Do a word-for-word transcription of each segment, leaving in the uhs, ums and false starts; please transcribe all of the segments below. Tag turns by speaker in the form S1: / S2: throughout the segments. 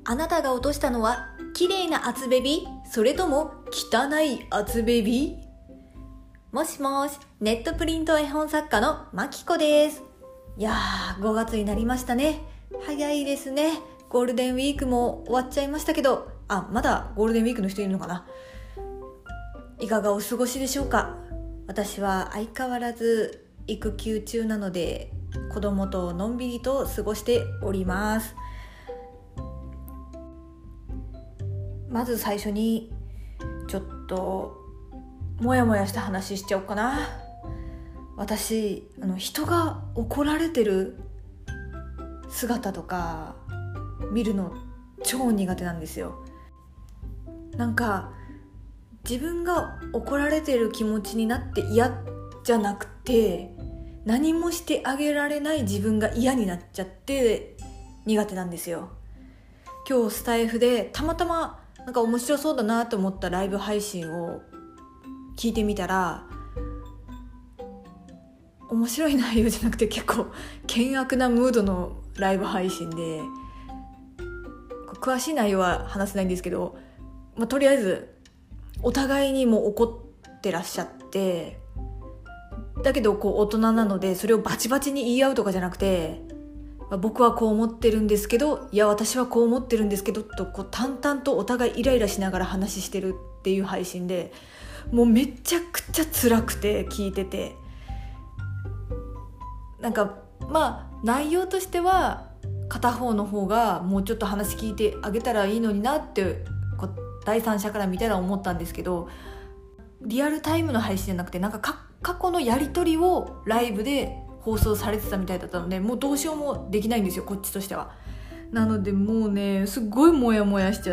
S1: あなたが落としたのは綺麗な厚ベビそれとも汚い厚ベビ？もしもし、ネットプリント絵本作家のまきこです。いやー、ごがつになりましたね。早いですね。ゴールデンウィークも終わっちゃいましたけど、あ、まだゴールデンウィークの人いるのかな。いかがお過ごしでしょうか。私は相変わらず育休中なので、子供とのんびりと過ごしております。まず最初にちょっともやもやした話しちゃおうかな。私あの人が怒られてる姿とか見るの超苦手なんですよ。なんか自分が怒られてる気持ちになって嫌じゃなくて、何もしてあげられない自分が嫌になっちゃって苦手なんですよ。今日スタイフでたまたまなんか面白そうだなと思ったライブ配信を聞いてみたら、面白い内容じゃなくて結構険悪なムードのライブ配信で、詳しい内容は話せないんですけど、まあ、とりあえずお互いにも怒ってらっしゃって、だけどこう大人なのでそれをバチバチに言い合うとかじゃなくて、まあ、僕はこう思ってるんですけど、いや私はこう思ってるんですけどとこう淡々とお互いイライラしながら話してるっていう配信で、もうめちゃくちゃ辛くて聞いてて、なんかまあ内容としては片方の方がもうちょっと話聞いてあげたらいいのになってこう第三者から見たら思ったんですけど、リアルタイムの配信じゃなくてなんかか過去のやり取りをライブで放送されてたみたいだったので、もうどうしようもできないんですよ、こっちとしては。なのでもうねすごいモヤモヤしちゃって、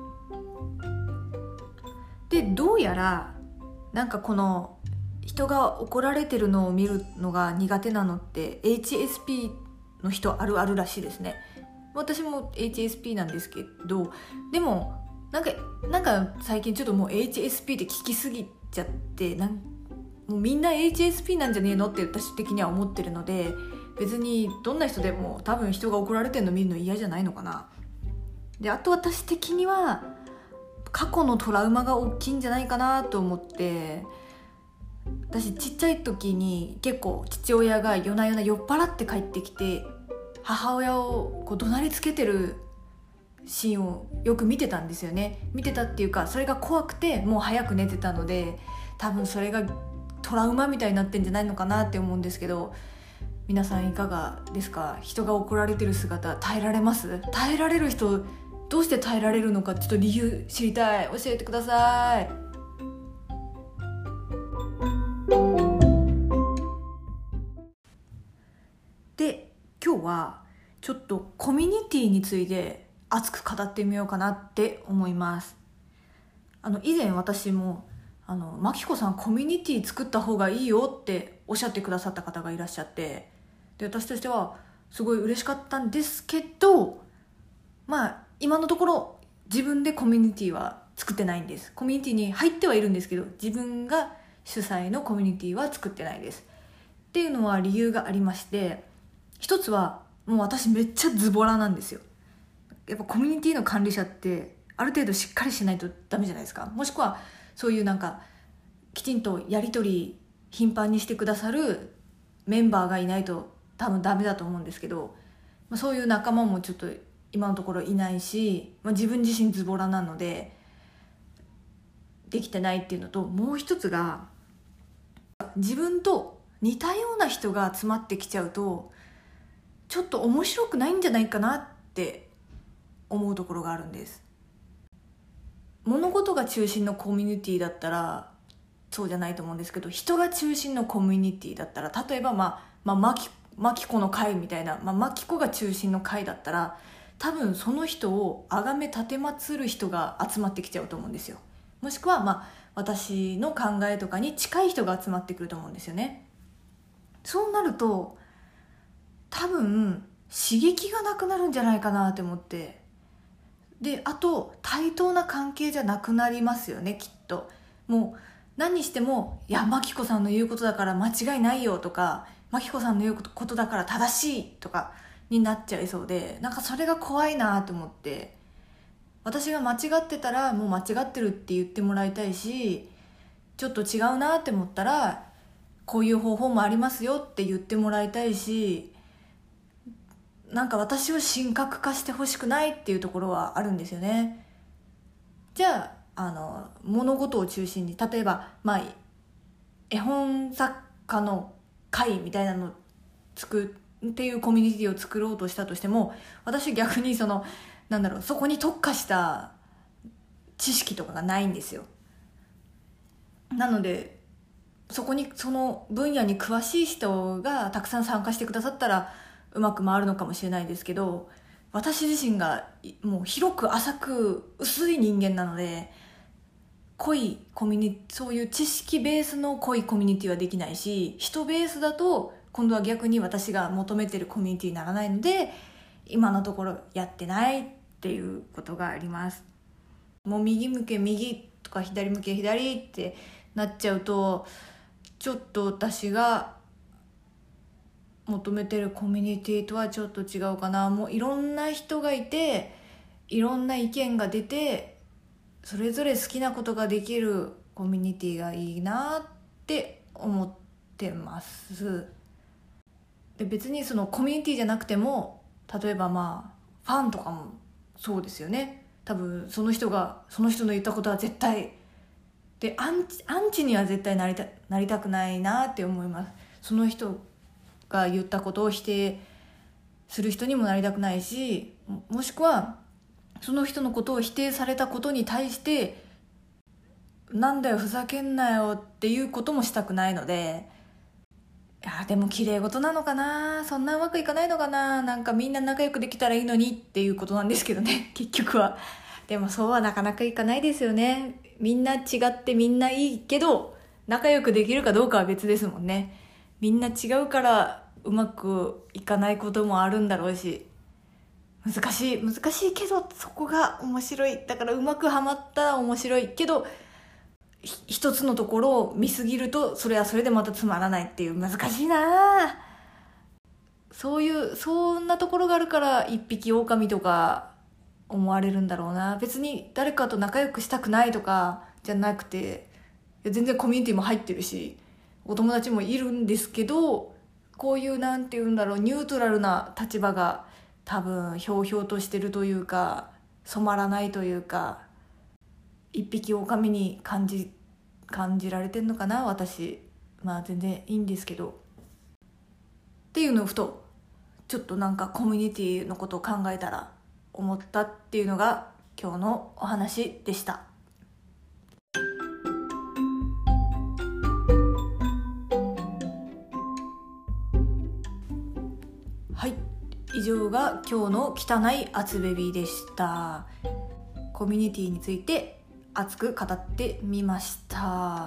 S1: でどうやらなんかこの人が怒られてるのを見るのが苦手なのって エイチエスピー の人あるあるらしいですね。私も エイチエスピー なんですけど、でもなんかなんか最近ちょっともう エイチエスピー って聞きすぎちゃって、なんもうみんな エイチエスピー なんじゃねえのって私的には思ってるので、別にどんな人でも多分人が怒られてるの見るの嫌じゃないのかな。であと私的には過去のトラウマが大きいんじゃないかなと思って、私ちっちゃい時に結構父親が夜な夜な酔っ払って帰ってきて母親をこう怒鳴りつけてるシーンをよく見てたんですよね。見てたっていうか、それが怖くてもう早く寝てたので、多分それがトラウマみたいになってんじゃないのかなって思うんですけど、皆さんいかがですか？人が怒られてる姿耐えられます？耐えられる人、どうして耐えられるのかちょっと理由知りたい。教えてください。で今日はちょっとコミュニティについて熱く語ってみようかなって思います。あの以前私もあのマキコさんコミュニティ作った方がいいよっておっしゃってくださった方がいらっしゃって、で私としてはすごい嬉しかったんですけど、まあ今のところ自分でコミュニティは作ってないんです。コミュニティに入ってはいるんですけど、自分が主催のコミュニティは作ってないです。っていうのは理由がありまして、一つはもう私めっちゃズボラなんですよ。やっぱコミュニティの管理者ってある程度しっかりしないとダメじゃないですか。もしくはそういうなんかきちんとやり取り頻繁にしてくださるメンバーがいないと多分ダメだと思うんですけど、まあ、そういう仲間もちょっと今のところいないし、まあ、自分自身ズボラなのでできてないっていうのと、もう一つが自分と似たような人が集まってきちゃうとちょっと面白くないんじゃないかなって思うところがあるんです。物事が中心のコミュニティだったらそうじゃないと思うんですけど、人が中心のコミュニティだったら、例えばまあ、まあ、マキ、マキコの会みたいな、まあ、マキコが中心の会だったら多分その人を崇め立てまつる人が集まってきちゃうと思うんですよ。もしくはまあ私の考えとかに近い人が集まってくると思うんですよね。そうなると多分刺激がなくなるんじゃないかなって思って、であと対等な関係じゃなくなりますよね、きっと。もう何にしても、いやマキコさんの言うことだから間違いないよとか、マキコさんの言うことだから正しいとかになっちゃいそうで、なんかそれが怖いなと思って、私が間違ってたらもう間違ってるって言ってもらいたいし、ちょっと違うなって思ったらこういう方法もありますよって言ってもらいたいし、なんか私を神格化してほしくないっていうところはあるんですよね。じゃあ、あの物事を中心に、例えば、まあ、絵本作家の会みたいなのを作っていうコミュニティを作ろうとしたとしても、私逆にそのなんだろう、そこに特化した知識とかがないんですよ。なのでそこにその分野に詳しい人がたくさん参加してくださったらうまく回るのかもしれないですけど、私自身がもう広く浅く薄い人間なので、濃いコミュニそういう知識ベースの濃いコミュニティはできないし、人ベースだと今度は逆に私が求めてるコミュニティにならないので、今のところやってないっていうことがあります。もう右向け右とか左向け左ってなっちゃうと、ちょっと私が求めてるコミュニティとはちょっと違うかな。もういろんな人がいて、いろんな意見が出て、それぞれ好きなことができるコミュニティがいいなって思ってます。で、別にそのコミュニティじゃなくても、例えばまあファンとかもそうですよね。多分その人がその人の言ったことは絶対で、アンチ、アンチには絶対なりた、なりたくないなって思います。その人が言ったことを否定する人にもなりたくないし、もしくはその人のことを否定されたことに対してなんだよふざけんなよっていうこともしたくないので、いやでも綺麗事なのかな、そんなうまくいかないのかな、なんかみんな仲良くできたらいいのにっていうことなんですけどね、結局は。でもそうはなかなかいかないですよね。みんな違ってみんないいけど、仲良くできるかどうかは別ですもんね。みんな違うからうまくいかないこともあるんだろうし、難しい難しいけどそこが面白い。だからうまくはまったら面白いけど、一つのところを見すぎるとそれはそれでまたつまらないっていう、難しいな。そういうそんなところがあるから一匹狼とか思われるんだろうな。別に誰かと仲良くしたくないとかじゃなくて、全然コミュニティも入ってるしお友達もいるんですけど、こういうなんていうんだろう、ニュートラルな立場が多分ひょうひょうとしてるというか、染まらないというか、一匹狼に感じ感じられてんのかな私。まあ全然いいんですけどっていうのをふとちょっとなんかコミュニティのことを考えたら思ったっていうのが今日のお話でした。はい、以上が今日の汚い厚ベビーでした。コミュニティについて熱く語ってみました。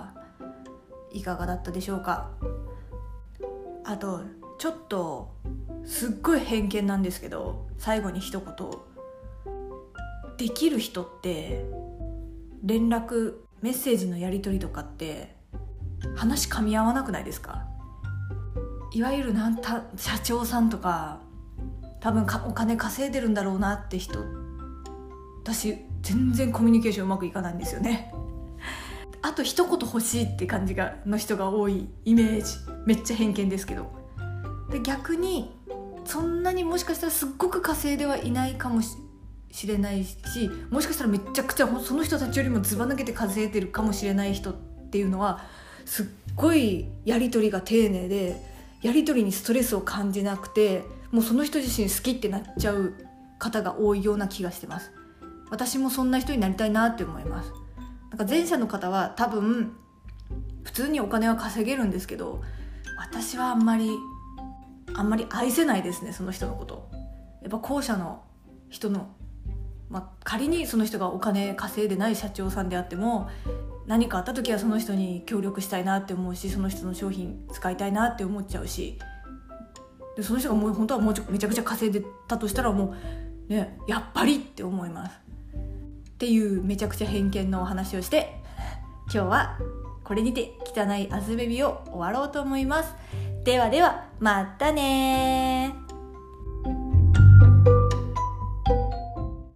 S1: いかがだったでしょうか。あとちょっとすっごい偏見なんですけど、最後に一言、できる人って連絡メッセージのやり取りとかって話噛み合わなくないですか。いわゆるなんた社長さんとか多分かお金稼いでるんだろうなって人、私全然コミュニケーションうまくいかないんですよね。あと一言欲しいって感じがの人が多いイメージ。めっちゃ偏見ですけど。で逆にそんなにもしかしたらすっごく稼いではいないかもしれないし、もしかしたらめちゃくちゃその人たちよりもずば抜けて稼いでるかもしれない人っていうのは、すっごいやり取りが丁寧で、やり取りにストレスを感じなくて、もうその人自身好きってなっちゃう方が多いような気がしてます。私もそんな人になりたいなって思います。なんか前者の方は多分普通にお金は稼げるんですけど、私はあんまりあんまり愛せないですね、その人のこと。やっぱ後者の人の、まあ、仮にその人がお金稼いでない社長さんであっても、何かあった時はその人に協力したいなって思うし、その人の商品使いたいなって思っちゃうし、でその人がもう本当はもうちょめちゃくちゃ稼いでたとしたらもうね、やっぱりって思いますっていうめちゃくちゃ偏見のお話をして、今日はこれにて汚いアズベビを終わろうと思います。ではではまたね。